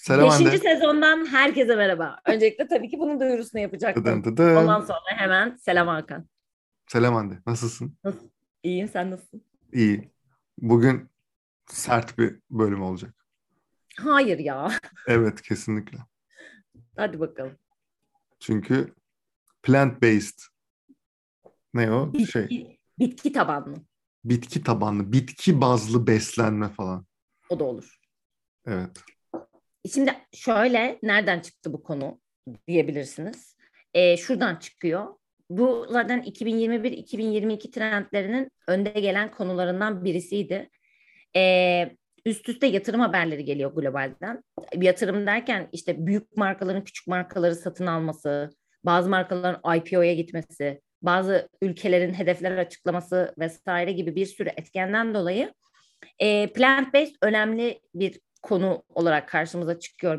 Selam Beşinci Hande. sezondan herkese merhaba. Öncelikle tabii ki bunun duyurusunu Dıdın yapacaktım. Ondan dıdın. sonra hemen selam Hakan. Selam Hande. Nasılsın? Nasıl? İyiyim, sen nasılsın? İyi. Bugün sert bir bölüm olacak. Hayır ya. Evet, kesinlikle. Hadi bakalım. Çünkü plant-based ne o? Bitki tabanlı. Bitki tabanlı, bitki bazlı beslenme falan. O da olur. Evet. Şimdi şöyle nereden çıktı bu konu diyebilirsiniz. Şuradan çıkıyor. Bu zaten 2021-2022 trendlerinin önde gelen konularından birisiydi. Üst üste yatırım haberleri geliyor globalden. Yatırım derken işte büyük markaların küçük markaları satın alması, bazı markaların IPO'ya gitmesi, bazı ülkelerin hedefler açıklaması vesaire gibi bir sürü etkenden dolayı plant-based önemli bir konu olarak karşımıza çıkıyor.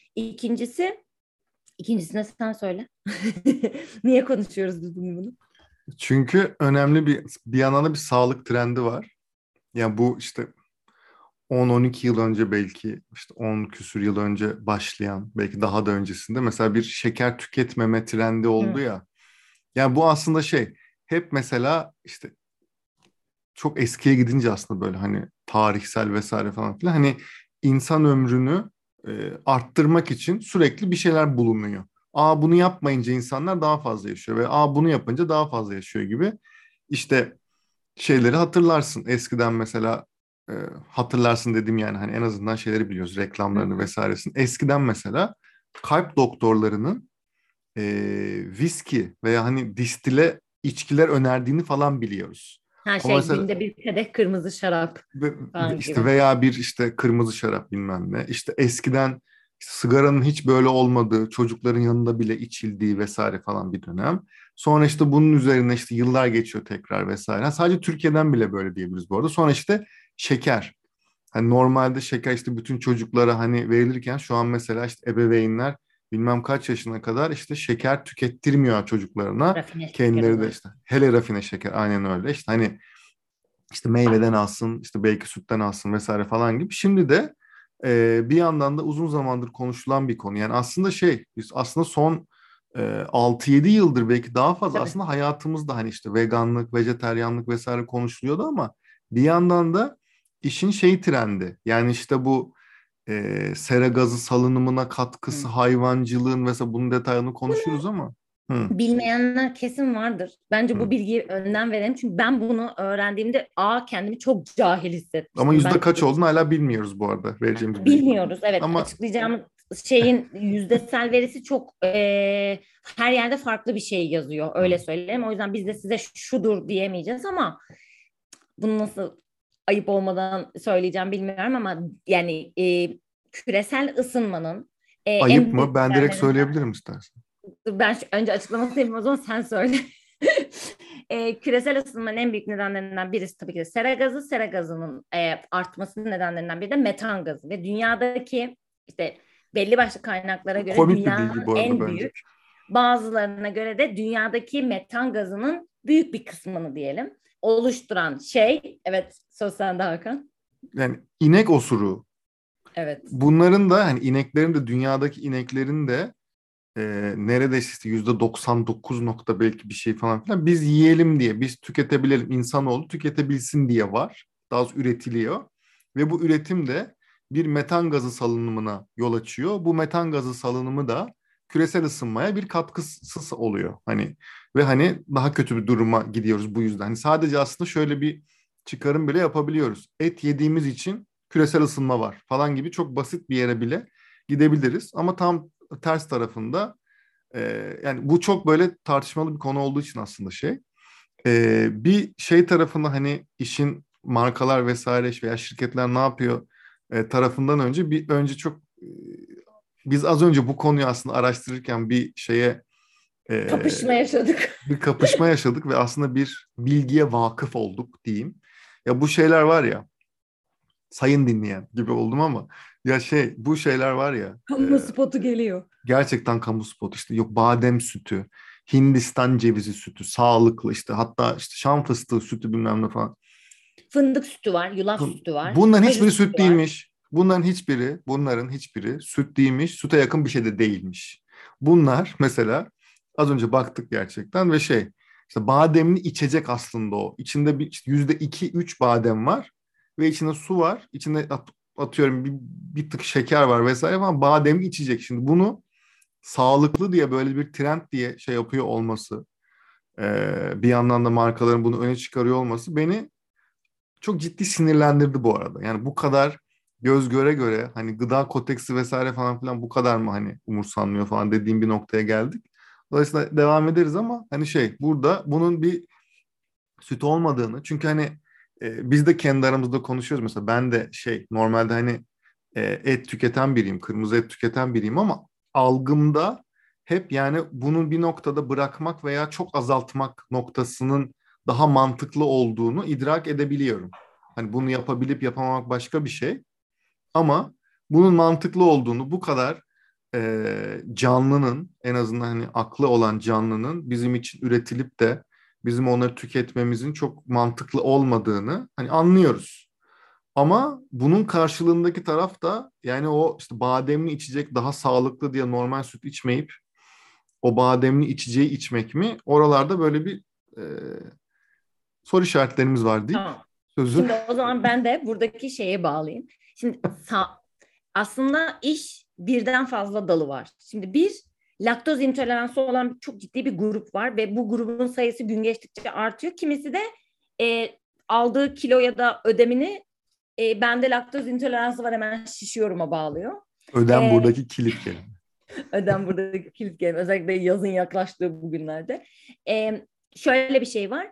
İkincisine sen söyle. Niye konuşuyoruz biz bunu? Çünkü önemli bir yandan da bir sağlık trendi var. Yani bu işte 10-12 yıl önce belki işte 10 küsür yıl önce başlayan belki daha da öncesinde mesela bir şeker tüketmeme trendi oldu Hı. ya. Yani bu aslında hep mesela işte çok eskiye gidince aslında böyle hani tarihsel vesaire falan filan hani insan ömrünü arttırmak için sürekli bir şeyler bulunuyor. Aa bunu yapmayınca insanlar daha fazla yaşıyor ve aa bunu yapınca daha fazla yaşıyor gibi. İşte şeyleri hatırlarsın. Eskiden mesela e, hatırlarsın dedim yani hani en azından şeyleri biliyoruz Hı reklamlarını hı. vesairesini. Eskiden mesela kalp doktorlarının viski veya hani distile içkiler önerdiğini falan biliyoruz. Her Ama şey mesela günde bir kadeh kırmızı şarap falan işte gibi. veya bir işte kırmızı şarap bilmem ne. İşte eskiden işte sigaranın hiç böyle olmadığı, çocukların yanında bile içildiği vesaire falan bir dönem. Sonra işte bunun üzerine işte yıllar geçiyor tekrar vesaire. Sadece Türkiye'den bile böyle diyebiliriz bu arada. Sonra işte şeker. Hani normalde şeker işte bütün çocuklara hani verilirken şu an mesela işte ebeveynler bilmem kaç yaşına kadar işte şeker tükettirmiyor çocuklarına. Rafine şeker Kendileri de olarak. işte hele rafine şeker aynen öyle. İşte hani işte meyveden alsın, işte belki sütten alsın vesaire falan gibi. Şimdi de bir yandan da uzun zamandır konuşulan bir konu. Yani aslında biz aslında son 6-7 yıldır belki daha fazla Tabii. aslında hayatımızda hani işte veganlık, vejeteryanlık vesaire konuşuluyordu ama bir yandan da işin trendi. Yani işte bu sera gazı salınımına katkısı, Hı. hayvancılığın mesela bunun detayını konuşuruz ama. Hı, Bilmeyenler kesin vardır. Bence hı. bu bilgiyi önden verelim. Çünkü ben bunu öğrendiğimde kendimi çok cahil Ama hissetmiştim. yüzde Ben kaç olduğunu hala bilmiyoruz bu arada vereceğimiz bilgi. bilmiyoruz. Evet, Ama açıklayacağım şeyin yüzdesel verisi çok her yerde farklı bir şey yazıyor. hı. Öyle söyleyeyim. O yüzden biz de size şudur diyemeyeceğiz ama bunu nasıl ayıp olmadan söyleyeceğim bilmiyorum ama yani küresel ısınmanın Ayıp en mı? büyük Ben direkt nedenlerinden. söyleyebilirim istersen. Dur, ben önce açıklamasını yapayım, o zaman sen söyle. Küresel ısınmanın en büyük nedenlerinden birisi tabii ki de sera gazı. Sera gazının artmasının nedenlerinden biri de metan gazı. Ve dünyadaki işte belli başlı kaynaklara göre Komik bir bilgi dünyanın bu arada en bence. büyük, bazılarına göre de dünyadaki metan gazının büyük bir kısmını diyelim oluşturan şey. Evet, söz sende Hakan. Yani inek osuru. Evet. Bunların da hani ineklerin de dünyadaki ineklerin de neredeyse işte %99 nokta belki bir şey falan filan biz yiyelim diye, biz tüketebilelim, insanoğlu tüketebilsin diye var. Daha az üretiliyor. Ve bu üretim de bir metan gazı salınımına yol açıyor. Bu metan gazı salınımı da küresel ısınmaya bir katkısı oluyor. Hani ve hani daha kötü bir duruma gidiyoruz bu yüzden. Hani sadece aslında şöyle bir çıkarım bile yapabiliyoruz. Et yediğimiz için küresel ısınma var falan gibi çok basit bir yere bile gidebiliriz. Ama tam ters tarafında yani bu çok böyle tartışmalı bir konu olduğu için aslında bir tarafında hani işin markalar vesaire veya şirketler ne yapıyor tarafından önce çok biz az önce bu konuyu aslında araştırırken e, Kapışma yaşadık. bir kapışma yaşadık ve aslında bir bilgiye vakıf olduk diyeyim. Ya bu şeyler var ya sayın dinleyen gibi oldum ama ya bu şeyler var ya Kamu spotu geliyor. gerçekten kamu spotu işte yok badem sütü, Hindistan cevizi sütü, sağlıklı işte hatta işte Şam fıstığı sütü bilmem ne falan. Fındık sütü var, yulaf sütü var, Bunların kaju hiçbiri sütü süt var. değilmiş. Bunların hiçbiri süt değilmiş, süte yakın bir şey de değilmiş. Bunlar mesela az önce baktık gerçekten ve işte bademli içecek aslında o. İçinde işte %2-3 badem var ve içinde su var. İçinde atıyorum bir tık şeker var vesaire falan, bademli içecek. Şimdi bunu sağlıklı diye böyle bir trend diye şey yapıyor olması, bir yandan da markaların bunu öne çıkarıyor olması beni çok ciddi sinirlendirdi bu arada. Yani bu kadar göz göre göre hani gıda kodeksi vesaire falan filan bu kadar mı hani umursanmıyor falan dediğim bir noktaya geldik. Dolayısıyla devam ederiz ama hani burada bunun bir süt olmadığını, çünkü hani biz de kendi aramızda konuşuyoruz, mesela ben de normalde hani et tüketen biriyim, kırmızı et tüketen biriyim ama algımda hep yani bunun bir noktada bırakmak veya çok azaltmak noktasının daha mantıklı olduğunu idrak edebiliyorum. Hani bunu yapabilip yapamamak başka bir şey ama bunun mantıklı olduğunu, bu kadar canlının, en azından hani aklı olan canlının bizim için üretilip de bizim onları tüketmemizin çok mantıklı olmadığını hani anlıyoruz. Ama bunun karşılığındaki taraf da yani o işte bademli içecek daha sağlıklı diye normal süt içmeyip o bademli içeceği içmek mi? Oralarda böyle bir e, soru işaretlerimiz var deyip Tamam. sözü. Şimdi o zaman ben de buradaki şeye bağlayayım. Şimdi aslında iş birden fazla dalı var. Şimdi bir, laktoz intoleransı olan çok ciddi bir grup var ve bu grubun sayısı gün geçtikçe artıyor. Kimisi de e, aldığı kilo ya da ödemini bende laktoz intoleransı var hemen şişiyorum'a bağlıyor. Ödem E, buradaki kilit kelime. ödem buradaki kilit kelime. Özellikle yazın yaklaştığı bugünlerde. Şöyle bir şey var.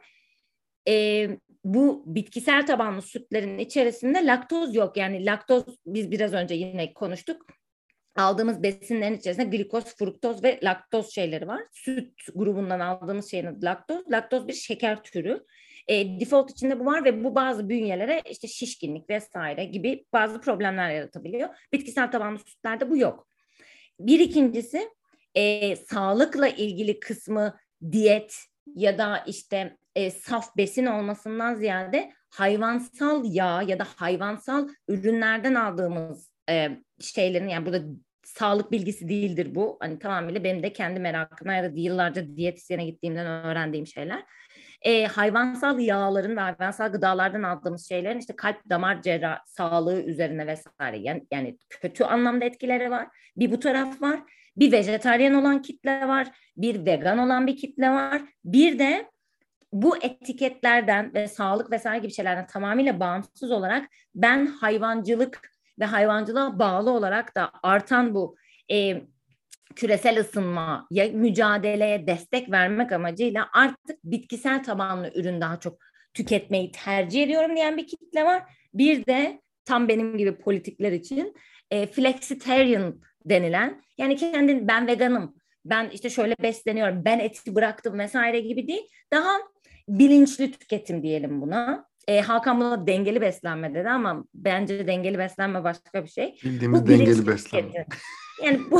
Bu bitkisel tabanlı sütlerin içerisinde laktoz yok. Yani laktoz, biz biraz önce yine konuştuk. Aldığımız besinlerin içerisinde glikoz, fruktoz ve laktoz şeyleri var. Süt grubundan aldığımız şeyin adı laktoz. Laktoz bir şeker türü. Default içinde bu var ve bu bazı bünyelere işte şişkinlik vesaire gibi bazı problemler yaratabiliyor. Bitkisel tabanlı sütlerde bu yok. Bir ikincisi, sağlıkla ilgili kısmı diyet ya da işte saf besin olmasından ziyade hayvansal yağ ya da hayvansal ürünlerden aldığımız şeylerin, yani burada sağlık bilgisi değildir bu. Hani tamamıyla benim de kendi merakıma ya da yıllarca diyetisyene gittiğimden öğrendiğim şeyler. Hayvansal yağların ve hayvansal gıdalardan aldığımız şeylerin işte kalp damar sağlığı üzerine vesaire yani kötü anlamda etkileri var. Bir bu taraf var. Bir vejetaryen olan kitle var. Bir vegan olan bir kitle var. Bir de bu etiketlerden ve sağlık vesaire gibi şeylerden tamamıyla bağımsız olarak ben hayvancılık ve hayvancılığa bağlı olarak da artan bu küresel ısınma ya mücadeleye destek vermek amacıyla artık bitkisel tabanlı ürün daha çok tüketmeyi tercih ediyorum diyen bir kitle var. Bir de tam benim gibi politikler için flexitarian denilen, yani kendin ben veganım, ben işte şöyle besleniyorum, ben eti bıraktım vesaire gibi değil. Daha bilinçli tüketim diyelim buna. Hakan buna dengeli beslenme dedi ama bence dengeli beslenme başka bir şey. Bildiğimiz Bu dengeli bilinçli beslenme. tüketim. Yani bu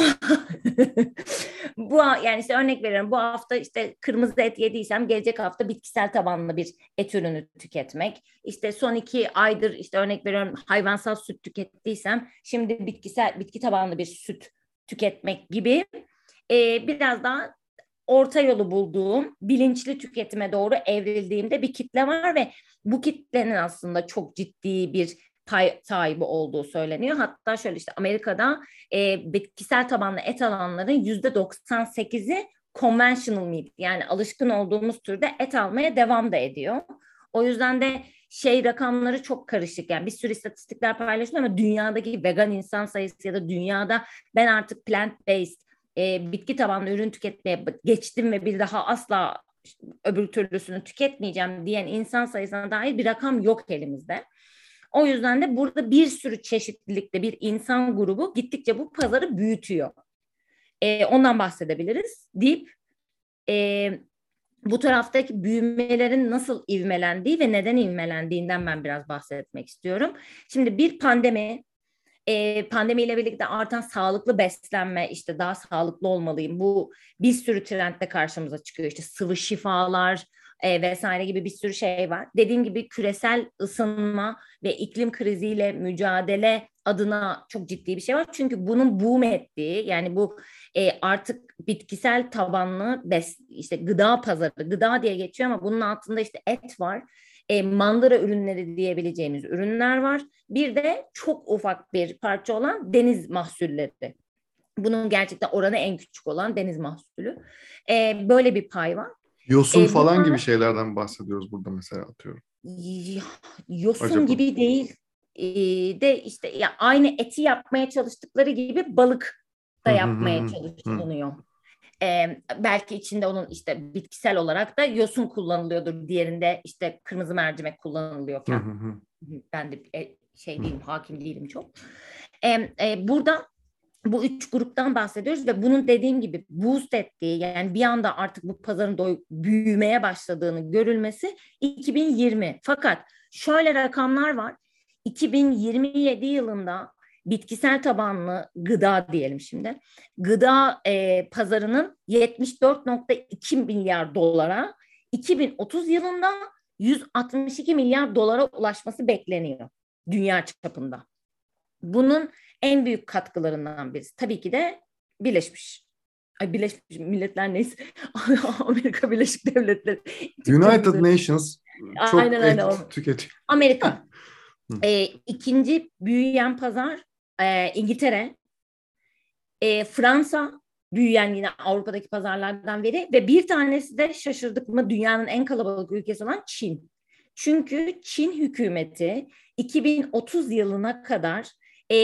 bu yani işte örnek veriyorum, bu hafta işte kırmızı et yediysem gelecek hafta bitkisel tabanlı bir et ürünü tüketmek. İşte son 2 aydır işte örnek veriyorum hayvansal süt tükettiysem şimdi bitki tabanlı bir süt tüketmek gibi biraz daha orta yolu bulduğum bilinçli tüketime doğru evrildiğimde bir kitle var ve bu kitlenin aslında çok ciddi bir pay sahibi olduğu söyleniyor. Hatta şöyle işte Amerika'da bitkisel tabanlı et alanların %98'i conventional meat, yani alışkın olduğumuz türde et almaya devam da ediyor. O yüzden de rakamları çok karışık, yani bir sürü istatistikler paylaşılıyor ama dünyadaki vegan insan sayısı ya da dünyada ben artık plant based bitki tabanlı ürün tüketmeye geçtim ve bir daha asla öbür türlüsünü tüketmeyeceğim diyen insan sayısına dair bir rakam yok elimizde. O yüzden de burada bir sürü çeşitlilikte bir insan grubu gittikçe bu pazarı büyütüyor. Ondan bahsedebiliriz deyip bu taraftaki büyümelerin nasıl ivmelendiği ve neden ivmelendiğinden ben biraz bahsetmek istiyorum. Şimdi bir pandemiyle birlikte artan sağlıklı beslenme, işte daha sağlıklı olmalıyım. Bu bir sürü trendde karşımıza çıkıyor. İşte sıvı şifalar vesaire gibi bir sürü şey var. Dediğim gibi küresel ısınma ve iklim kriziyle mücadele adına çok ciddi bir şey var. Çünkü bunun boom ettiği, yani bu artık bitkisel tabanlı işte gıda pazarı, gıda diye geçiyor ama bunun altında işte et var. Mandıra ürünleri diyebileceğimiz ürünler var. Bir de çok ufak bir parça olan deniz mahsulleri. Bunun gerçekten oranı en küçük olan deniz mahsulü. Böyle bir pay var. Yosun falan Bunlar gibi şeylerden bahsediyoruz burada mesela, atıyorum. yosun Acaba. gibi değil. De işte ya aynı eti yapmaya çalıştıkları gibi balık Hı da hı hı yapmaya hı. Hı çalışılıyor. Belki içinde onun işte bitkisel olarak da yosun kullanılıyordur. Diğerinde işte kırmızı mercimek hı kullanılıyorken. hı. Ben de şey Hı. değilim, hakim değilim çok. Burada bu üç gruptan bahsediyoruz ve bunun dediğim gibi boost ettiği, yani bir anda artık bu pazarın büyümeye başladığını görülmesi 2020. Fakat şöyle rakamlar var. 2027 yılında bitkisel tabanlı gıda diyelim şimdi. Gıda pazarının 74,2 milyar dolara, 2030 yılında 162 milyar dolara ulaşması bekleniyor dünya çapında. Bunun en büyük katkılarından birisi tabii ki de Birleşmiş Milletler neyse Amerika Birleşik Devletleri çok United güzel. Nations çok Aynen. et tüketiyor. Amerika. Hı. İkinci büyüyen pazar İngiltere. Fransa büyüyen yine Avrupa'daki pazarlardan biri ve bir tanesi de şaşırdık mı dünyanın en kalabalık ülkesi olan Çin. Çünkü Çin hükümeti 2030 yılına kadar e,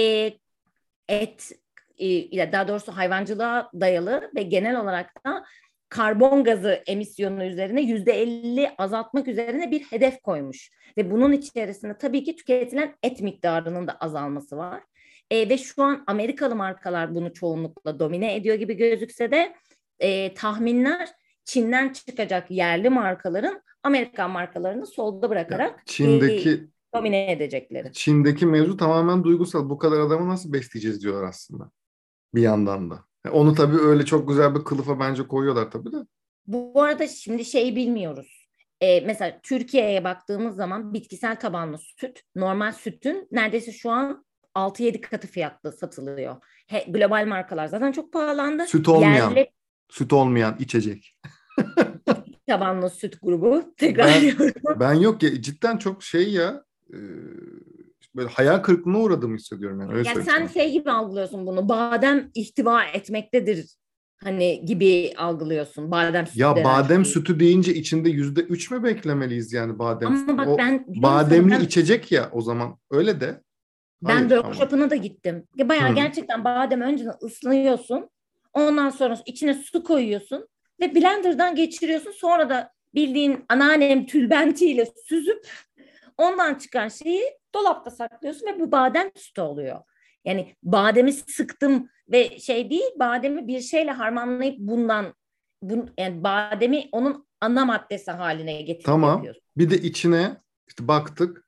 et daha doğrusu hayvancılığa dayalı ve genel olarak da karbon gazı emisyonu üzerine %50 azaltmak üzerine bir hedef koymuş. Ve bunun içerisinde tabii ki tüketilen et miktarının da azalması var. Ve şu an Amerikalı markalar bunu çoğunlukla domine ediyor gibi gözükse de tahminler Çin'den çıkacak yerli markaların Amerikan markalarını solda Ya bırakarak Çin'deki domine edecekleri. Çin'deki mevzu tamamen duygusal. Bu kadar adamı nasıl besleyeceğiz diyorlar aslında. Bir yandan da. Onu tabii öyle çok güzel bir kılıfa bence koyuyorlar tabii de. Bu arada şimdi şeyi bilmiyoruz. Mesela Türkiye'ye baktığımız zaman bitkisel tabanlı süt, normal sütün neredeyse şu an 6-7 katı fiyatlı satılıyor. Global markalar zaten çok pahalandı. Süt olmayan, Yerli süt olmayan içecek. tabanlı süt grubu Ben tekrarlıyorum. ben yok ya, cidden çok şey ya, e, böyle hayal kırıklığına uğradığımı hissediyorum yani, öyle Yani söyleyeyim sen sana. şey gibi algılıyorsun bunu. Badem ihtiva etmektedir hani gibi algılıyorsun. Badem sütü Ya denen badem şeyi. sütü deyince içinde %3 mü beklemeliyiz yani badem sütü? Ama bak O ben biliyor musun bademli ben içecek ya, o zaman öyle de. Ben Hayır ama. workshop'una da gittim. Bayağı Hı. gerçekten badem önceden ıslıyorsun. Ondan sonra içine su koyuyorsun ve blenderdan geçiriyorsun. Sonra da bildiğin anneannem tülbentiyle süzüp ondan çıkan şeyi dolapta saklıyorsun ve bu badem sütü oluyor. Yani bademi sıktım ve şey değil, bademi bir şeyle harmanlayıp yani bademi onun ana maddesi haline getirip Tamam. yapıyorsun. Bir de içine işte baktık,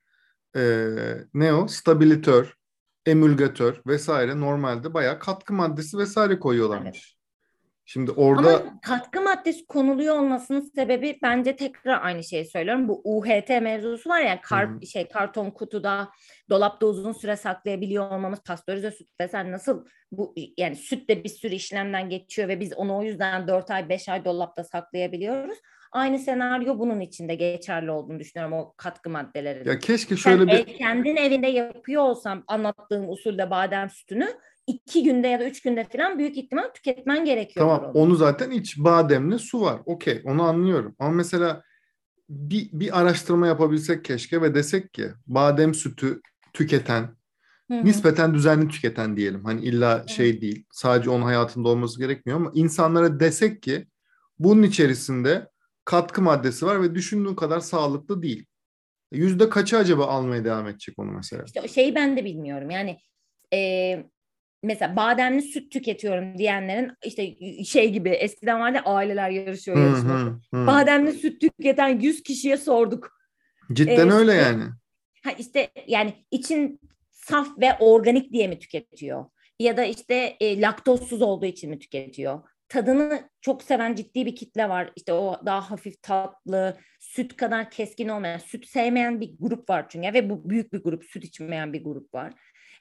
ne o? Stabilitör, emülgatör vesaire, normalde bayağı katkı maddesi vesaire Evet. koyuyorlarmış. Şimdi Ama orada. katkı maddesi konuluyor olmasının sebebi bence tekrar aynı şeyi söylüyorum. Bu UHT mevzusu var ya, Hı hı. karton kutuda dolapta uzun süre saklayabiliyor olmamız, pastörize süt vesaire, nasıl bu yani süt de bir sürü işlemden geçiyor ve biz onu o yüzden 4 ay 5 ay dolapta saklayabiliyoruz. Aynı senaryo bunun içinde geçerli olduğunu düşünüyorum, o katkı Ya maddelerinin. keşke Sen şöyle bir. kendin evinde yapıyor olsam anlattığım usulde badem sütünü 2 günde ya da 3 günde falan büyük ihtimal tüketmen gerekiyordur Tamam, onu. onu zaten iç, bademli su var. Okey, onu anlıyorum. Ama mesela bir araştırma yapabilsek keşke ve desek ki badem sütü tüketen, Hı hı. nispeten düzenli tüketen diyelim. Hani illa Evet. şey değil, sadece onun hayatında olması gerekmiyor ama insanlara desek ki bunun içerisinde katkı maddesi var ve düşündüğün kadar sağlıklı değil. Yüzde kaçı acaba almaya devam edecek onu mesela? İşte o şeyi ben de bilmiyorum. Yani e, mesela bademli süt tüketiyorum diyenlerin işte şey gibi, eskiden vardı ya, aileler yarışıyor Hı yarışması. hı hı. Bademli süt tüketen 100 kişiye sorduk. Cidden öyle Senin yani. işte yani için saf ve organik diye mi tüketiyor? Ya da işte laktozsuz olduğu için mi tüketiyor? Tadını çok seven ciddi bir kitle var. İşte o daha hafif tatlı, süt kadar keskin olmayan, süt sevmeyen bir grup var çünkü ve bu büyük bir grup, süt içmeyen bir grup var.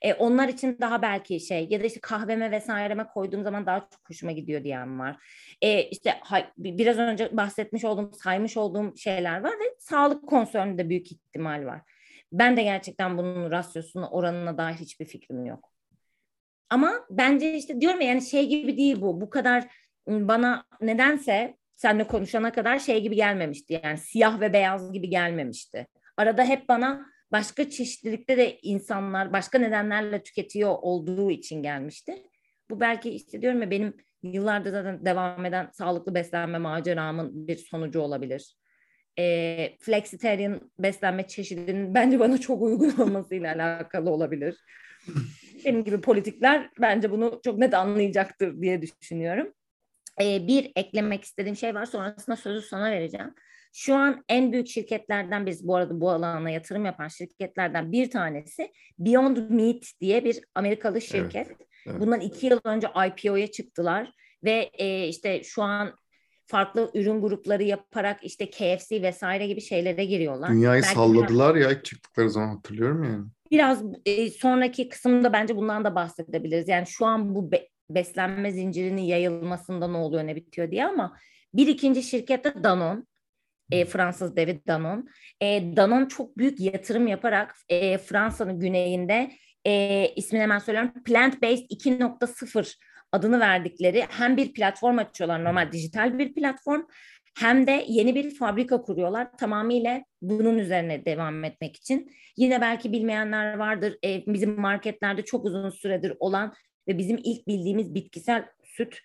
Onlar için daha belki şey, ya da işte kahveme vesaireme koyduğum zaman daha çok hoşuma gidiyor diyen var. İşte biraz önce bahsetmiş olduğum, saymış olduğum şeyler var ve sağlık konsöründe büyük ihtimal var. Ben de gerçekten bunun rasyosuna, oranına dair hiçbir fikrim yok. Ama bence işte diyorum ya, yani şey gibi değil bu. Bu kadar bana nedense seninle konuşana kadar şey gibi gelmemişti. Yani siyah ve beyaz gibi gelmemişti. Arada hep bana başka çeşitlilikte de insanlar başka nedenlerle tüketiyor olduğu için gelmişti. Bu belki işte diyorum ya, benim yıllardır zaten devam eden sağlıklı beslenme maceramın bir sonucu olabilir. Flexitarian beslenme çeşidinin bence bana çok uygun olmasıyla alakalı olabilir. Benim gibi politikler bence bunu çok net anlayacaktır diye düşünüyorum. Bir eklemek istediğim şey var. Sonrasında sözü sana vereceğim. Şu an en büyük şirketlerden birisi, bu arada bu alana yatırım yapan şirketlerden bir tanesi Beyond Meat diye bir Amerikalı şirket. Evet, evet. Bundan 2 yıl önce IPO'ya çıktılar ve işte şu an farklı ürün grupları yaparak işte KFC vesaire gibi şeylere giriyorlar. Dünyayı Belki salladılar ya ilk çıktıkları zaman, hatırlıyorum yani. biraz sonraki kısımda bence bundan da bahsedebiliriz. Yani şu an bu beslenme zincirinin yayılmasında ne oluyor ne bitiyor diye, ama bir ikinci şirket de Danone. Fransız devi Danone. Danone çok büyük yatırım yaparak Fransa'nın güneyinde ismini hemen söylüyorum, Plant-Based 2.0 adını verdikleri hem bir platform açıyorlar, normal dijital bir platform, hem de yeni bir fabrika kuruyorlar tamamıyla bunun üzerine devam etmek için. Yine belki bilmeyenler vardır, bizim marketlerde çok uzun süredir olan ve bizim ilk bildiğimiz bitkisel süt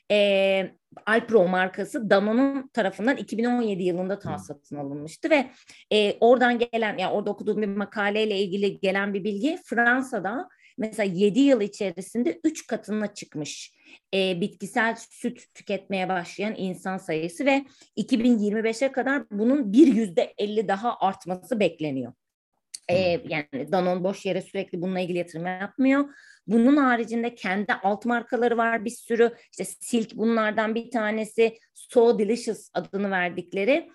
Alpro markası Danone'un tarafından 2017 yılında satın alınmıştı ve oradan gelen, yani orada okuduğum bir makaleyle ilgili gelen bir bilgi, Fransa'da mesela 7 yıl içerisinde 3 katına çıkmış bitkisel süt tüketmeye başlayan insan sayısı ve 2025'e kadar bunun bir %50 daha artması bekleniyor. Yani Danone boş yere sürekli bununla ilgili yatırım yapmıyor. Bunun haricinde kendi alt markaları var bir sürü. İşte Silk bunlardan bir tanesi. So Delicious adını verdikleri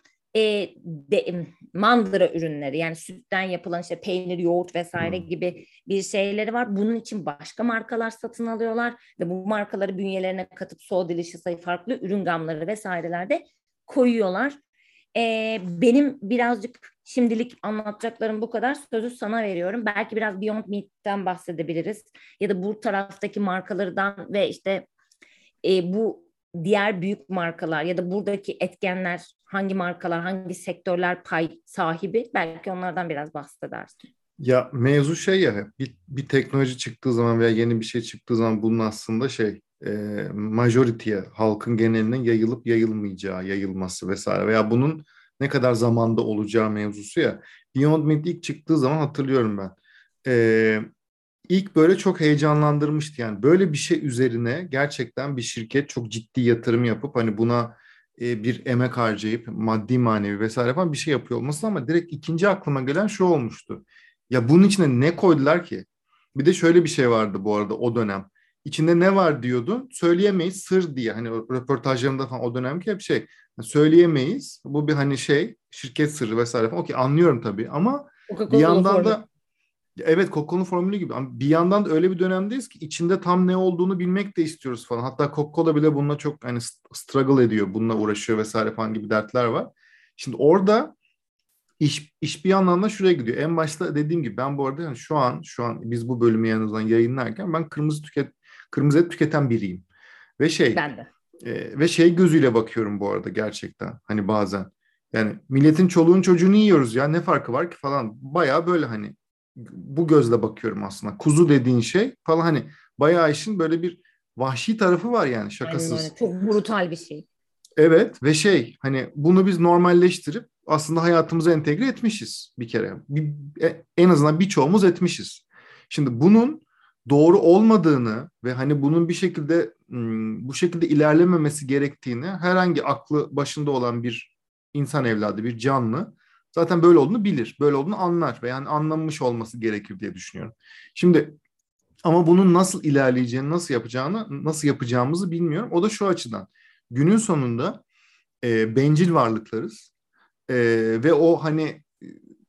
mandıra ürünleri, yani sütten yapılan işte peynir, yoğurt vesaire gibi bir şeyleri var. Bunun için başka markalar satın alıyorlar ve bu markaları bünyelerine katıp So Delicious'a farklı ürün gamları vesairelerde koyuyorlar. Benim birazcık şimdilik anlatacaklarım bu kadar. Sözü sana veriyorum. Belki biraz Beyond Meat'ten bahsedebiliriz. Ya da bu taraftaki markalardan ve işte bu diğer büyük markalar ya da buradaki etkenler, hangi markalar, hangi sektörler pay sahibi, belki onlardan biraz bahsedersin. Ya mevzu şey ya, bir teknoloji çıktığı zaman veya yeni bir şey çıktığı zaman bunun aslında majority'ye, halkın geneline yayılıp yayılmayacağı, yayılması vesaire veya bunun ne kadar zamanda olacağı mevzusu ya. Beyond Meat ilk çıktığı zaman hatırlıyorum ben. İlk böyle çok heyecanlandırmıştı yani. Böyle bir şey üzerine gerçekten bir şirket çok ciddi yatırım yapıp hani buna bir emek harcayıp maddi manevi vesaire falan bir şey yapıyor olması, ama direkt ikinci aklıma gelen şu olmuştu. Ya bunun içine ne koydular ki? Bir de şöyle bir şey vardı bu arada o dönem. İçinde ne var diyordun, söyleyemeyiz, sır diye. Hani röportajlarımda falan o dönemki hep söyleyemeyiz. Bu bir hani şirket sırrı vesaire falan. Okey, anlıyorum tabii ama bir Coca-Cola yandan formu. da evet, Coca-Cola'nın formülü gibi. Ama bir yandan da öyle bir dönemdeyiz ki içinde tam ne olduğunu bilmek de istiyoruz falan. Hatta Coca-Cola bile bununla çok hani struggle ediyor, bununla uğraşıyor vesaire falan gibi dertler var. Şimdi orada iş bir yandan da şuraya gidiyor. En başta dediğim gibi ben bu arada yani şu an biz bu bölümü en azından yayınlarken ben kırmızı et tüketen biriyim. Ve Ben de. gözüyle bakıyorum bu arada gerçekten. Hani bazen yani milletin çoluğun çocuğunu yiyoruz ya, ne farkı var ki falan. Bayağı böyle hani bu gözle bakıyorum aslında. Kuzu dediğin şey falan, hani bayağı işin böyle bir vahşi tarafı var yani, Aynen şakasız. öyle. Çok brutal bir şey. Evet ve hani bunu biz normalleştirip aslında hayatımıza entegre etmişiz bir kere. En azından birçoğumuz etmişiz. Şimdi bunun doğru olmadığını ve hani bunun bir şekilde bu şekilde ilerlememesi gerektiğini herhangi aklı başında olan bir insan evladı, bir canlı zaten böyle olduğunu bilir, böyle olduğunu anlar ve yani anlamış olması gerekir diye düşünüyorum. Şimdi ama bunun nasıl ilerleyeceğini, nasıl yapacağımızı bilmiyorum. O da şu açıdan. Günün sonunda bencil varlıklarız. Ve o hani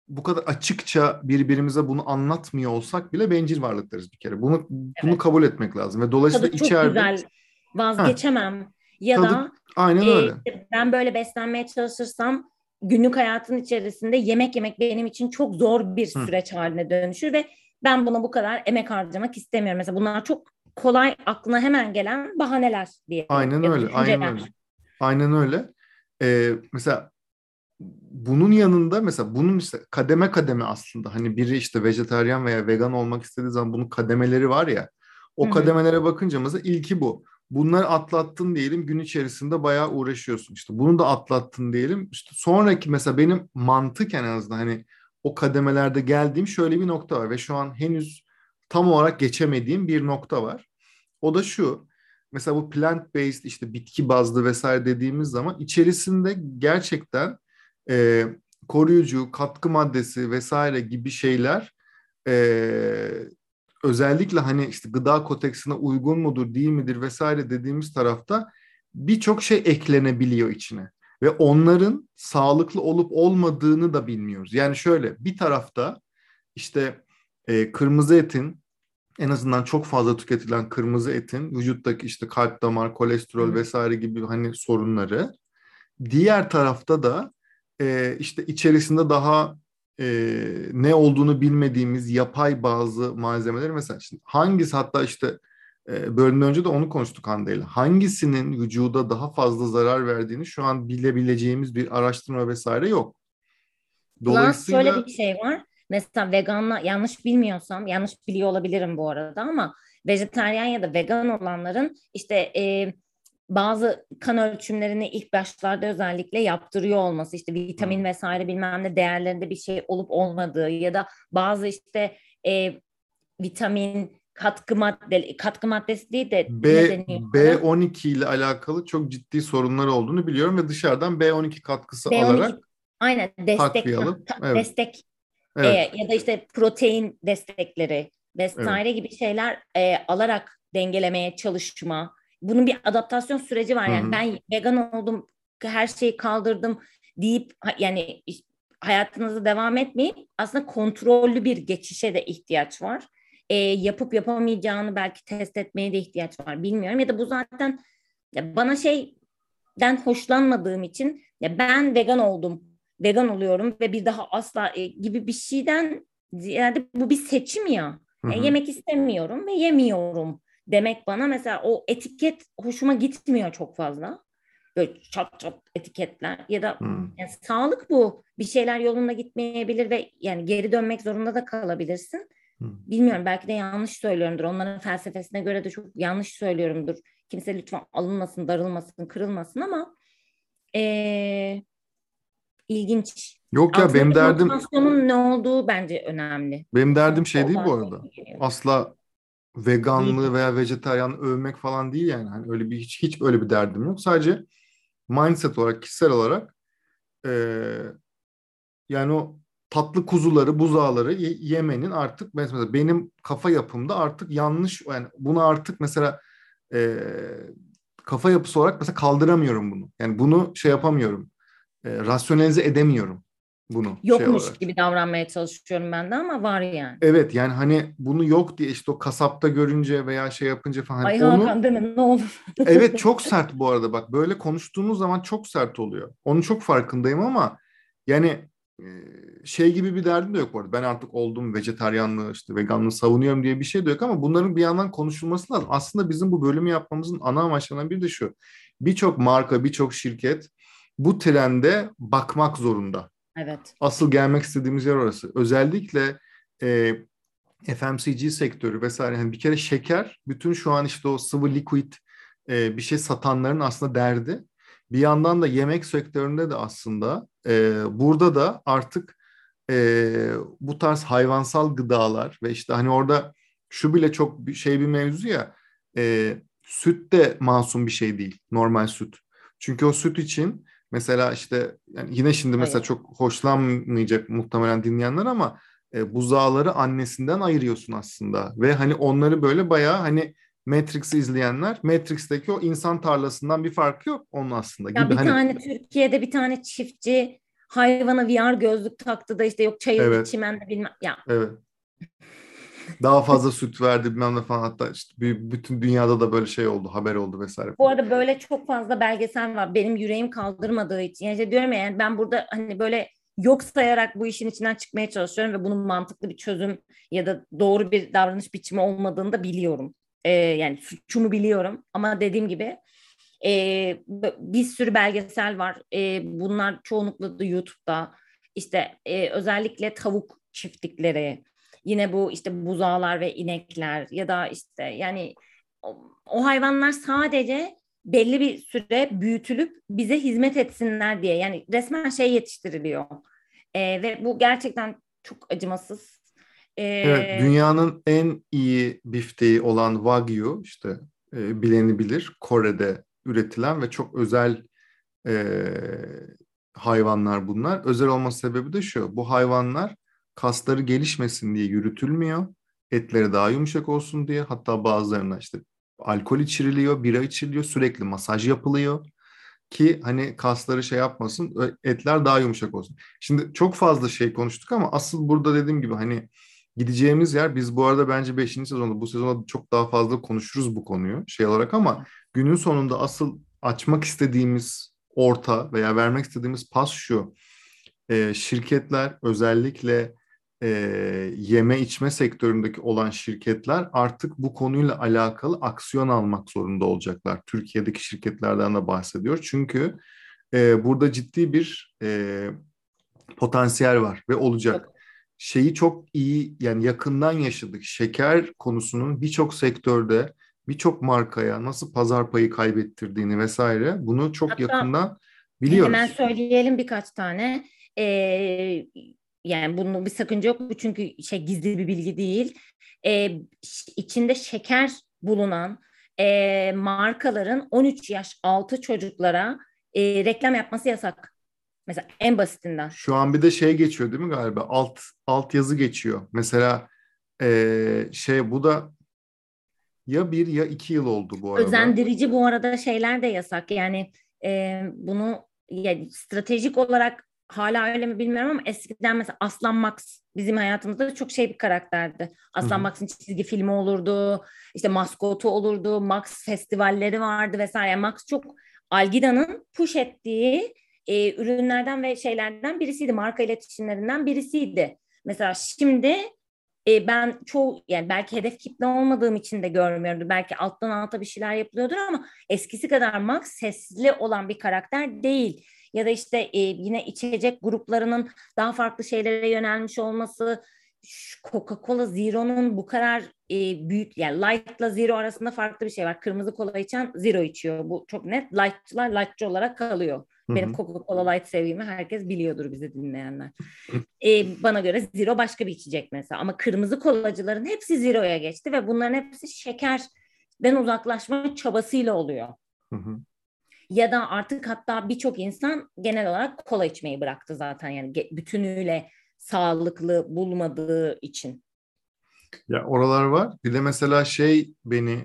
bu kadar açıkça birbirimize bunu anlatmıyor olsak bile bencil varlıklarız bir kere. Bunu Evet. kabul etmek lazım ve dolayısıyla Tadı çok içeride güzel, heh, vazgeçemem. Ya tadı da aynen öyle. işte ben böyle beslenmeye çalışırsam günlük hayatın içerisinde yemek yemek benim için çok zor bir Hı, süreç haline dönüşür ve ben buna bu kadar emek harcamak istemiyorum. Mesela bunlar çok kolay aklına hemen gelen bahaneler diyelim aynen ya da öyle, aynen düşünceler. öyle. Aynen öyle. Mesela bunun yanında mesela bunun işte kademe kademe aslında hani biri işte vejetaryen veya vegan olmak istediği zaman bunun kademeleri var ya, Hı o hı. kademelere bakınca mesela ilki bu. Bunları atlattın diyelim, gün içerisinde bayağı uğraşıyorsun. İşte bunu da atlattın diyelim. İşte sonraki mesela benim mantıken en azından hani o kademelerde geldiğim şöyle bir nokta var ve şu an henüz tam olarak geçemediğim bir nokta var. O da şu. Mesela bu plant-based işte bitki bazlı vesaire dediğimiz zaman içerisinde gerçekten e, koruyucu, katkı maddesi vesaire gibi şeyler e, özellikle hani işte gıda kodeksine uygun mudur, değil midir vesaire dediğimiz tarafta birçok şey eklenebiliyor içine. Ve onların sağlıklı olup olmadığını da bilmiyoruz. Yani şöyle bir tarafta işte kırmızı etin en azından çok fazla tüketilen kırmızı etin vücuttaki işte kalp damar, Hı kolesterol hı. vesaire gibi hani sorunları. Diğer tarafta da işte içerisinde daha ne olduğunu bilmediğimiz yapay bazı malzemeler mesela şimdi hangisi hatta işte bölümden önce de onu konuştuk Hande ile. Hangisinin vücuda daha fazla zarar verdiğini şu an bilebileceğimiz bir araştırma vesaire yok. Plus şöyle Dolayısıyla bir şey var. Mesela veganla yanlış bilmiyorsam, yanlış biliyor olabilirim bu arada ama vejetaryen ya da vegan olanların işte bazı kan ölçümlerini ilk başlarda özellikle yaptırıyor olması, işte vitamin hmm, vesaire bilmem ne değerlerinde bir şey olup olmadığı ya da bazı işte vitamin katkı maddesi değil de ne deniyor ona? B12 ile alakalı çok ciddi sorunları olduğunu biliyorum ve dışarıdan B12 katkısı B12 alarak aynen takviye alıp evet, destek evet, ya da işte protein destekleri evet. vesaire gibi şeyler alarak dengelemeye çalışma. Bunun bir adaptasyon süreci var. Hı Yani hı, ben vegan oldum, her şeyi kaldırdım deyip yani hayatınızı devam etmeyip aslında kontrollü bir geçişe de ihtiyaç var. Yapıp yapamayacağını belki test etmeye de ihtiyaç var. Bilmiyorum ya da bu zaten ya bana şeyden hoşlanmadığım için ya ben vegan oldum, vegan oluyorum ve bir daha asla gibi bir şeyden ziyade bu bir seçim ya. hı Yani hı, yemek istemiyorum ve yemiyorum demek bana mesela o etiket hoşuma gitmiyor çok fazla. Böyle çat çat etiketler ya da hı yani sağlık bu. Bir şeyler yolunda gitmeyebilir ve yani geri dönmek zorunda da kalabilirsin. hı. Bilmiyorum belki de yanlış söylüyorumdur. Onların felsefesine göre de çok yanlış söylüyorumdur. Kimse lütfen alınmasın, darılmasın, kırılmasın ama ee, ilginç. Yok ya, benim Altındaki derdim motivasyonun ne olduğu bence önemli. benim derdim Sonuçta şey o değil bu daha arada. çok geliyor. Asla Değil. veganlığı veya vejetaryenliği övmek falan değil yani. Hani öyle bir hiç öyle bir derdim yok. Sadece mindset olarak, kişisel olarak yani o tatlı kuzuları, buzağları yemenin artık mesela benim kafa yapımda artık yanlış, yani bunu artık mesela e, kafa yapısı olarak mesela kaldıramıyorum bunu. Yani bunu şey yapamıyorum. Rasyonelize edemiyorum bunu şey Yokmuş olarak. gibi davranmaya çalışıyorum ben de ama var yani. Evet yani hani bunu yok diye işte o kasapta görünce veya şey yapınca falan hani Ay onu Hakan deme ne olur. evet çok sert bu arada, bak böyle konuştuğumuz zaman çok sert oluyor. Onun çok farkındayım ama yani e, şey gibi bir derdim de yok bu arada. Ben artık oldum vejetaryenliği işte veganlığı savunuyorum diye bir şey de yok ama bunların bir yandan konuşulması lazım. Aslında bizim bu bölümü yapmamızın ana amaçlarından biri de şu. Birçok marka, birçok şirket bu trende bakmak zorunda. Evet. Asıl gelmek istediğimiz yer orası. Özellikle e, FMCG sektörü vesaire. Yani bir kere şeker, bütün şu an işte o sıvı liquid bir şey satanların aslında derdi. Bir yandan da yemek sektöründe de aslında burada da artık bu tarz hayvansal gıdalar ve işte hani orada şu bile çok bir mevzu ya, süt de masum bir şey değil, normal süt. Çünkü o süt için mesela işte yani yine şimdi mesela Hayır. çok hoşlanmayacak muhtemelen dinleyenler ama buzağları annesinden ayırıyorsun aslında ve hani onları böyle bayağı hani Matrix'i izleyenler, Matrix'teki o insan tarlasından bir farkı yok onun aslında Ya gibi bir hani tane Türkiye'de bir tane çiftçi hayvana VR gözlük taktı da işte yok çayırda Evet, çimende bilmem. Ya evet. Daha fazla süt verdi bilmem ne falan, hatta işte bütün dünyada da böyle şey oldu, haber oldu vesaire bu falan. arada böyle çok fazla belgesel var. Benim yüreğim kaldırmadığı için. Yani işte diyorum ya, yani ben burada hani böyle yok sayarak bu işin içinden çıkmaya çalışıyorum ve bunun mantıklı bir çözüm ya da doğru bir davranış biçimi olmadığını da biliyorum. Yani suçumu biliyorum ama dediğim gibi bir sürü belgesel var. Bunlar çoğunlukla da YouTube'da. İşte özellikle tavuk çiftlikleri, yine bu işte buzağlar ve inekler ya da işte yani o hayvanlar sadece belli bir süre büyütülüp bize hizmet etsinler diye. Yani resmen şey yetiştiriliyor. Ve bu gerçekten çok acımasız. Evet, E, dünyanın en iyi bifteği olan Wagyu, işte bileni bilir, Kore'de üretilen ve çok özel e, hayvanlar bunlar. Özel olması sebebi de şu: bu hayvanlar kasları gelişmesin diye yürütülmüyor. Etleri daha yumuşak olsun diye. Hatta bazılarına işte alkol içiriliyor, bira içiriliyor, sürekli masaj yapılıyor ki hani kasları şey yapmasın, etler daha yumuşak olsun. Şimdi çok fazla şey konuştuk ama asıl burada dediğim gibi hani gideceğimiz yer, biz bu arada bence beşinci sezonda, bu sezonda çok daha fazla konuşuruz bu konuyu şey olarak, ama günün sonunda asıl açmak istediğimiz orta veya vermek istediğimiz pas şu: şirketler, özellikle e, yeme içme sektöründeki olan şirketler artık bu konuyla alakalı aksiyon almak zorunda olacaklar. Türkiye'deki şirketlerden de bahsediyor. Çünkü burada ciddi bir potansiyel var ve olacak. Çok. Şeyi çok iyi, yani yakından yaşadık. Şeker konusunun birçok sektörde birçok markaya nasıl pazar payı kaybettirdiğini vesaire, bunu çok Hatta yakından hemen biliyoruz. söyleyelim birkaç tane. Yani bunun bir sakınca yok. Bu çünkü şey gizli bir bilgi değil. İçinde şeker bulunan markaların 13 yaş altı çocuklara reklam yapması yasak. Mesela en basitinden. Şu an bir de şey geçiyor değil mi galiba? Alt yazı geçiyor. Mesela şey, bu da ya bir ya 2 yıl oldu bu arada. Özendirici bu arada şeyler de yasak. Yani bunu yani stratejik olarak hala öyle mi bilmiyorum ama eskiden mesela Aslan Max bizim hayatımızda çok şey bir karakterdi. Hı Aslan hı. Max'ın çizgi filmi olurdu, işte maskotu olurdu, Max festivalleri vardı vesaire. Yani Max çok Algida'nın push ettiği ürünlerden ve şeylerden birisiydi. Marka iletişimlerinden birisiydi. Mesela şimdi ben çoğu yani belki hedef kitle olmadığım için de görmüyordur. Belki alttan alta bir şeyler yapılıyordur ama eskisi kadar Max sesli olan bir karakter değil. Ya da işte yine içecek gruplarının daha farklı şeylere yönelmiş olması, Coca-Cola Zero'nun bu kadar büyük, yani Light'la Zero arasında farklı bir şey var. Kırmızı kola içen Zero içiyor. Bu çok net. Light'çılar Light'çı olarak kalıyor. Hı Benim hı. Coca-Cola Light sevgimi herkes biliyordur, bizi dinleyenler. Bana göre zero başka bir içecek mesela. Ama kırmızı kolacıların hepsi zero'ya geçti ve bunların hepsi şekerden uzaklaşma çabasıyla oluyor. Hı hı. Ya da artık hatta birçok insan genel olarak kola içmeyi bıraktı zaten, yani bütünüyle sağlıklı bulmadığı için. Ya oralar var. Bir de mesela şey beni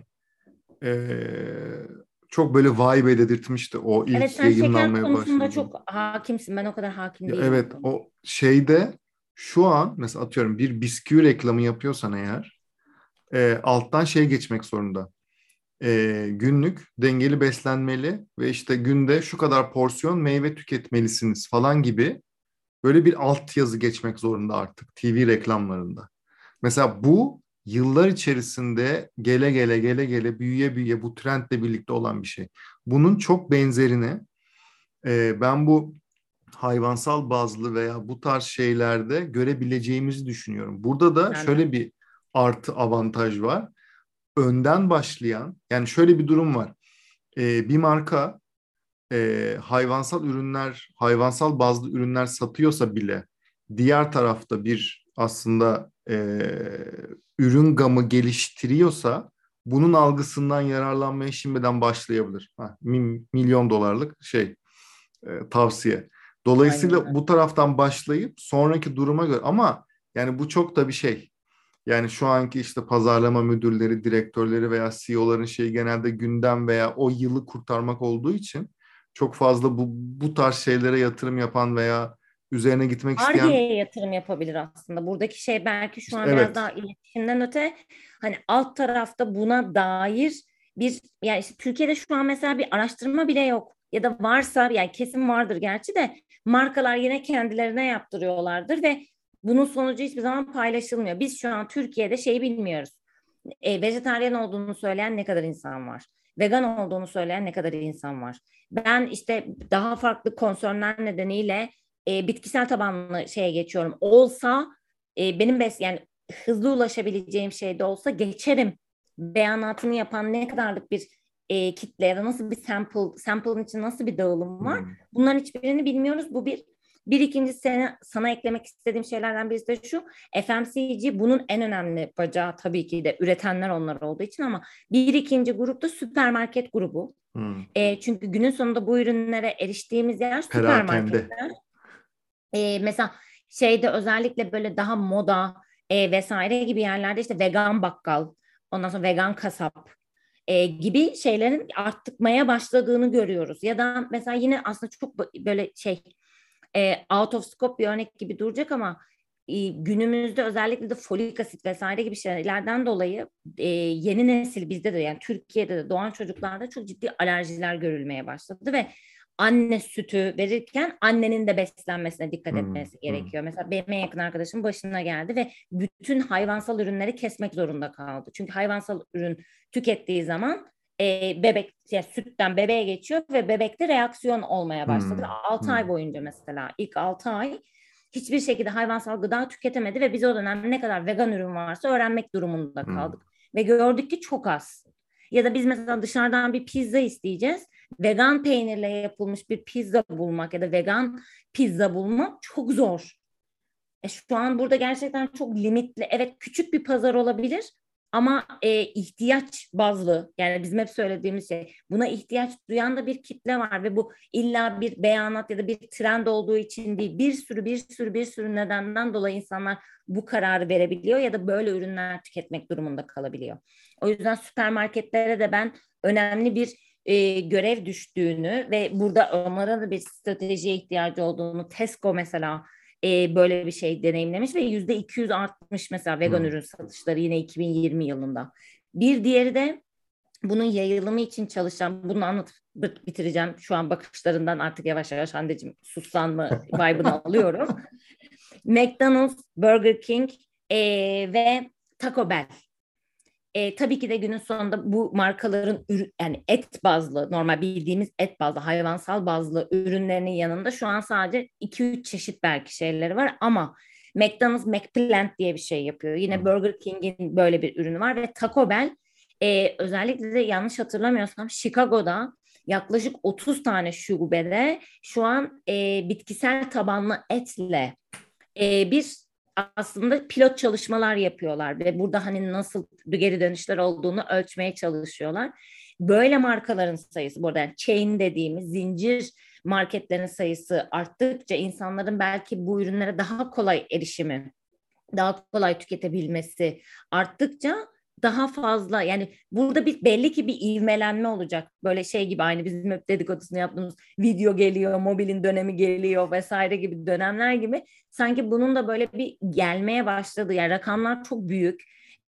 eee, çok böyle vibe dedirtmişti o Evet, ilk sen şeker yayınlanmaya konusunda başladığında. çok hakimsin. Ben o kadar hakim Ya değilim bu evet, konuda. o şeyde şu an mesela atıyorum bir bisküvi reklamı yapıyorsan eğer, alttan şey geçmek zorunda. Günlük dengeli beslenmeli ve işte günde şu kadar porsiyon meyve tüketmelisiniz falan gibi böyle bir alt yazı geçmek zorunda artık TV reklamlarında. Mesela bu yıllar içerisinde gele gele gele gele büyüye büyüye bu trendle birlikte olan bir şey. Bunun çok benzerini ben bu hayvansal bazlı veya bu tarz şeylerde görebileceğimizi düşünüyorum. Burada da Ben de. şöyle bir artı avantaj var. Önden başlayan, yani şöyle bir durum var. Bir marka hayvansal ürünler, hayvansal bazlı ürünler satıyorsa bile diğer tarafta bir aslında ürün gamı geliştiriyorsa bunun algısından yararlanmaya şimdiden başlayabilir. Milyon dolarlık şey, tavsiye. Aynen Dolayısıyla öyle. bu taraftan başlayıp sonraki duruma göre, ama yani bu çok da bir şey. Yani şu anki işte pazarlama müdürleri, direktörleri veya CEO'ların şeyi genelde gündem veya o yılı kurtarmak olduğu için çok fazla bu tarz şeylere yatırım yapan veya üzerine gitmek isteyen Ar-Ge'ye yatırım yapabilir aslında. Buradaki şey belki şu işte an biraz evet. daha iletişimden öte, hani alt tarafta buna dair bir, yani işte Türkiye'de şu an mesela bir araştırma bile yok. Ya da varsa, yani kesin vardır gerçi de, markalar yine kendilerine yaptırıyorlardır ve bunun sonucu hiçbir zaman paylaşılmıyor. Biz şu an Türkiye'de şeyi bilmiyoruz. Vejetaryen olduğunu söyleyen ne kadar insan var? Vegan olduğunu söyleyen ne kadar insan var? Ben işte daha farklı konsörler nedeniyle bitkisel tabanlı şeye geçiyorum. Olsa benim yani hızlı ulaşabileceğim şey de olsa geçerim. Beyanatını yapan ne kadarlık bir kitle ya da nasıl bir sample'ın için nasıl bir dağılım var? Hmm. Bunların hiçbirini bilmiyoruz. Bu bir. Bir ikincisi, sana eklemek istediğim şeylerden birisi de şu. FMCG bunun en önemli bacağı, tabii ki de üretenler onlar olduğu için, ama bir ikinci grupta süpermarket grubu. Hmm. Çünkü günün sonunda bu ürünlere eriştiğimiz yer Perakende. süpermarketler. Mesela şeyde özellikle böyle daha moda vesaire gibi yerlerde işte vegan bakkal, ondan sonra vegan kasap gibi şeylerin artmaya başladığını görüyoruz. Ya da mesela yine aslında çok böyle şey, out of scope bir örnek gibi duracak ama günümüzde özellikle de folik asit vesaire gibi şeylerden dolayı yeni nesil, bizde de yani Türkiye'de de doğan çocuklarda çok ciddi alerjiler görülmeye başladı ve anne sütü verirken annenin de beslenmesine dikkat Hmm. etmesi Hmm. gerekiyor. Mesela benim en yakın arkadaşım başına geldi ve bütün hayvansal ürünleri kesmek zorunda kaldı. Çünkü hayvansal ürün tükettiği zaman bebek, yani sütten bebeğe geçiyor ve bebekte reaksiyon olmaya başladı. Hmm. 6 ay Hmm. boyunca, mesela ilk 6 ay hiçbir şekilde hayvansal gıda tüketemedi ve biz o dönem ne kadar vegan ürün varsa öğrenmek durumunda Hmm. kaldık. Ve gördük ki çok az. Ya da biz mesela dışarıdan bir pizza isteyeceğiz. Vegan peynirle yapılmış bir pizza bulmak ya da vegan pizza bulmak çok zor. Şu an burada gerçekten çok limitli. Evet, küçük bir pazar olabilir ama ihtiyaç bazlı, yani bizim hep söylediğimiz şey, buna ihtiyaç duyan da bir kitle var ve bu illa bir beyanat ya da bir trend olduğu için değil, bir sürü nedenden dolayı insanlar bu kararı verebiliyor ya da böyle ürünler tüketmek durumunda kalabiliyor. O yüzden süpermarketlere de ben önemli bir görev düştüğünü ve burada onlara da bir stratejiye ihtiyacı olduğunu, Tesco mesela böyle bir şey deneyimlemiş ve %200 artmış mesela vegan Hmm. ürün satışları yine 2020 yılında. Bir diğeri de bunun yayılımı için çalışan, bunu anlatıp bitireceğim. Şu an bakışlarından artık yavaş yavaş Hande'cim sussan mı vibe'ını alıyorum. McDonald's, Burger King ve Taco Bell. Tabii ki de günün sonunda bu markaların yani et bazlı, normal bildiğimiz et bazlı, hayvansal bazlı ürünlerinin yanında şu an sadece 2-3 çeşit belki şeyleri var ama McDonald's McPlant diye bir şey yapıyor. Yine Hmm. Burger King'in böyle bir ürünü var ve Taco Bell özellikle de yanlış hatırlamıyorsam Chicago'da yaklaşık 30 tane şubede şu an bitkisel tabanlı etle bir aslında pilot çalışmalar yapıyorlar ve burada hani nasıl geri dönüşler olduğunu ölçmeye çalışıyorlar. Böyle markaların sayısı, burada yani chain dediğimiz zincir marketlerin sayısı arttıkça insanların belki bu ürünlere daha kolay erişimi, daha kolay tüketebilmesi arttıkça daha fazla, yani burada bir belli ki bir ivmelenme olacak. Böyle şey gibi, aynı bizim hep dedikodusunu yaptığımız video geliyor, mobilin dönemi geliyor vesaire gibi dönemler gibi, sanki bunun da böyle bir gelmeye başladı. Yani rakamlar çok büyük.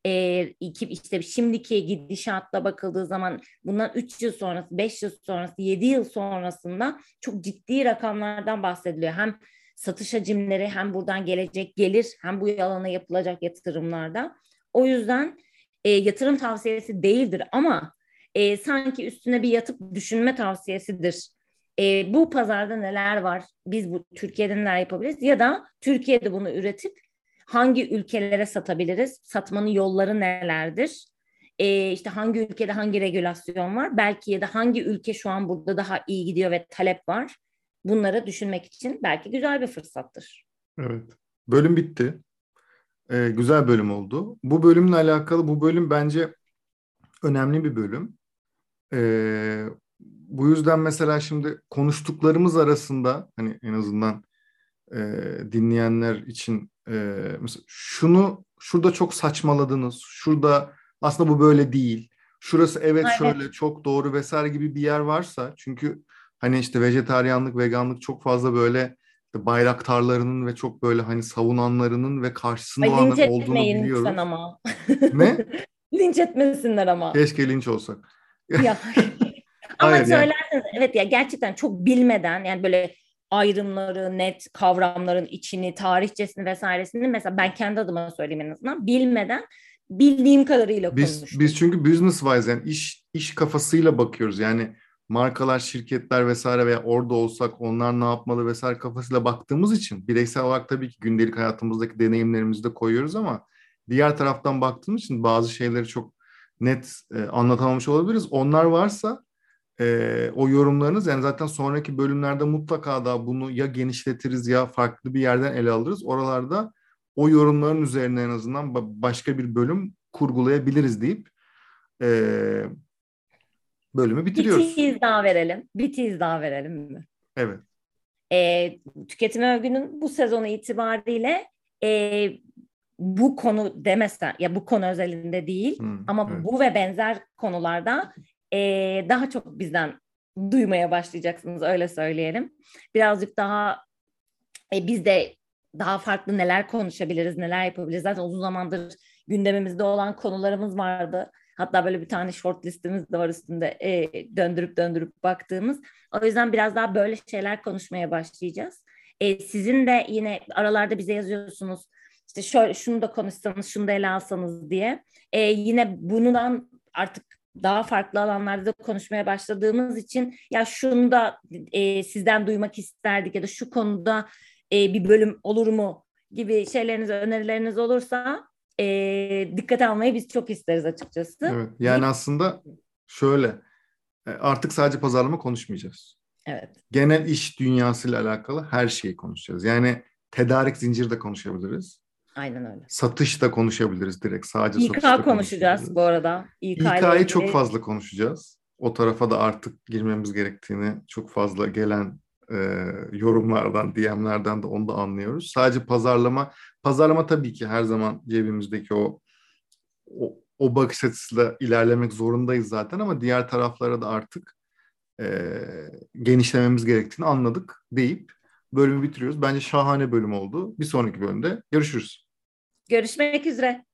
İşte şimdiki gidişatla bakıldığı zaman bundan 3 yıl sonrası, 5 yıl sonrası, 7 yıl sonrasında çok ciddi rakamlardan bahsediliyor. Hem satış hacimleri, hem buradan gelecek gelir, hem bu alana yapılacak yatırımlarda. O yüzden yatırım tavsiyesi değildir ama sanki üstüne bir yatıp düşünme tavsiyesidir. Bu pazarda neler var? Biz bu Türkiye'de neler yapabiliriz? Ya da Türkiye'de bunu üretip hangi ülkelere satabiliriz? Satmanın yolları nelerdir? İşte hangi ülkede hangi regülasyon var? Belki ya da hangi ülke şu an burada daha iyi gidiyor ve talep var? Bunları düşünmek için belki güzel bir fırsattır. Evet. Bölüm bitti. Güzel bölüm oldu. Bu bölümle alakalı, bu bölüm bence önemli bir bölüm. Bu yüzden mesela şimdi konuştuklarımız arasında hani en azından dinleyenler için mesela şurada çok saçmaladınız. Şurada aslında bu böyle değil. Şurası evet Evet. şöyle çok doğru, vesaire, gibi bir yer varsa, çünkü hani işte vejetaryenlik, veganlık çok fazla böyle bayraktarlarının ve çok böyle hani savunanlarının ve karşısında Ay linç olanların olduğunu etmeyin lütfen biliyoruz. ama. Ne? Linç etmesinler ama. Keşke linç olsak. Ya. Ama Hayır yani. söylerseniz evet ya gerçekten çok bilmeden yani böyle ayrımları, net kavramların içini, tarihçesini vesairesini mesela ben kendi adıma söyleyeyim en azından bilmeden bildiğim kadarıyla Biz konuştum. çünkü business wise yani iş kafasıyla bakıyoruz. Yani markalar, şirketler vesaire veya orada olsak onlar ne yapmalı vesaire kafasıyla baktığımız için bireysel olarak tabii ki gündelik hayatımızdaki deneyimlerimizi de koyuyoruz ama diğer taraftan baktığımız için bazı şeyleri çok net anlatamamış olabiliriz. Onlar varsa o yorumlarınız yani zaten sonraki bölümlerde mutlaka da bunu ya genişletiriz ya farklı bir yerden ele alırız. Oralarda o yorumların üzerine en azından başka bir bölüm kurgulayabiliriz deyip e, bölümü Bir bitiriyoruz. tiz daha verelim. Bir tiz daha verelim mi? Evet. Tüketim övgünün bu sezonu itibariyle e, bu konu demesen ya bu konu özelinde değil ama Evet. bu ve benzer konularda daha çok bizden duymaya başlayacaksınız öyle söyleyelim. Birazcık daha biz de daha farklı neler konuşabiliriz, neler yapabiliriz. Zaten uzun zamandır gündemimizde olan konularımız vardı. Hatta böyle bir tane short listemiz de var üstünde döndürüp döndürüp baktığımız. O yüzden biraz daha böyle şeyler konuşmaya başlayacağız. Sizin de yine aralarda bize yazıyorsunuz. İşte şöyle şunu da konuşsanız, şunu da ele alsanız diye. Yine bundan artık daha farklı alanlarda da konuşmaya başladığımız için ya şunu da sizden duymak isterdik ya da şu konuda bir bölüm olur mu gibi şeyleriniz, önerileriniz olursa dikkate almayı biz çok isteriz açıkçası. Evet. Yani aslında şöyle artık sadece pazarlama konuşmayacağız. Evet, Genel iş dünyasıyla alakalı her şeyi konuşacağız. Yani tedarik zinciri de konuşabiliriz. aynen öyle. Satış da konuşabiliriz direkt. Sadece İK satışta konuşacağız bu konuşabiliriz. arada. İK ile İK'yı çok ilgili fazla konuşacağız. O tarafa da artık girmemiz gerektiğini çok fazla gelen e, yorumlardan, DM'lerden de onu da anlıyoruz. Sadece pazarlama tabii ki her zaman cebimizdeki o bakış açısıyla ilerlemek zorundayız zaten ama diğer taraflara da artık e, genişlememiz gerektiğini anladık deyip bölümü bitiriyoruz. Bence şahane bölüm oldu. Bir sonraki bölümde görüşürüz. görüşmek üzere.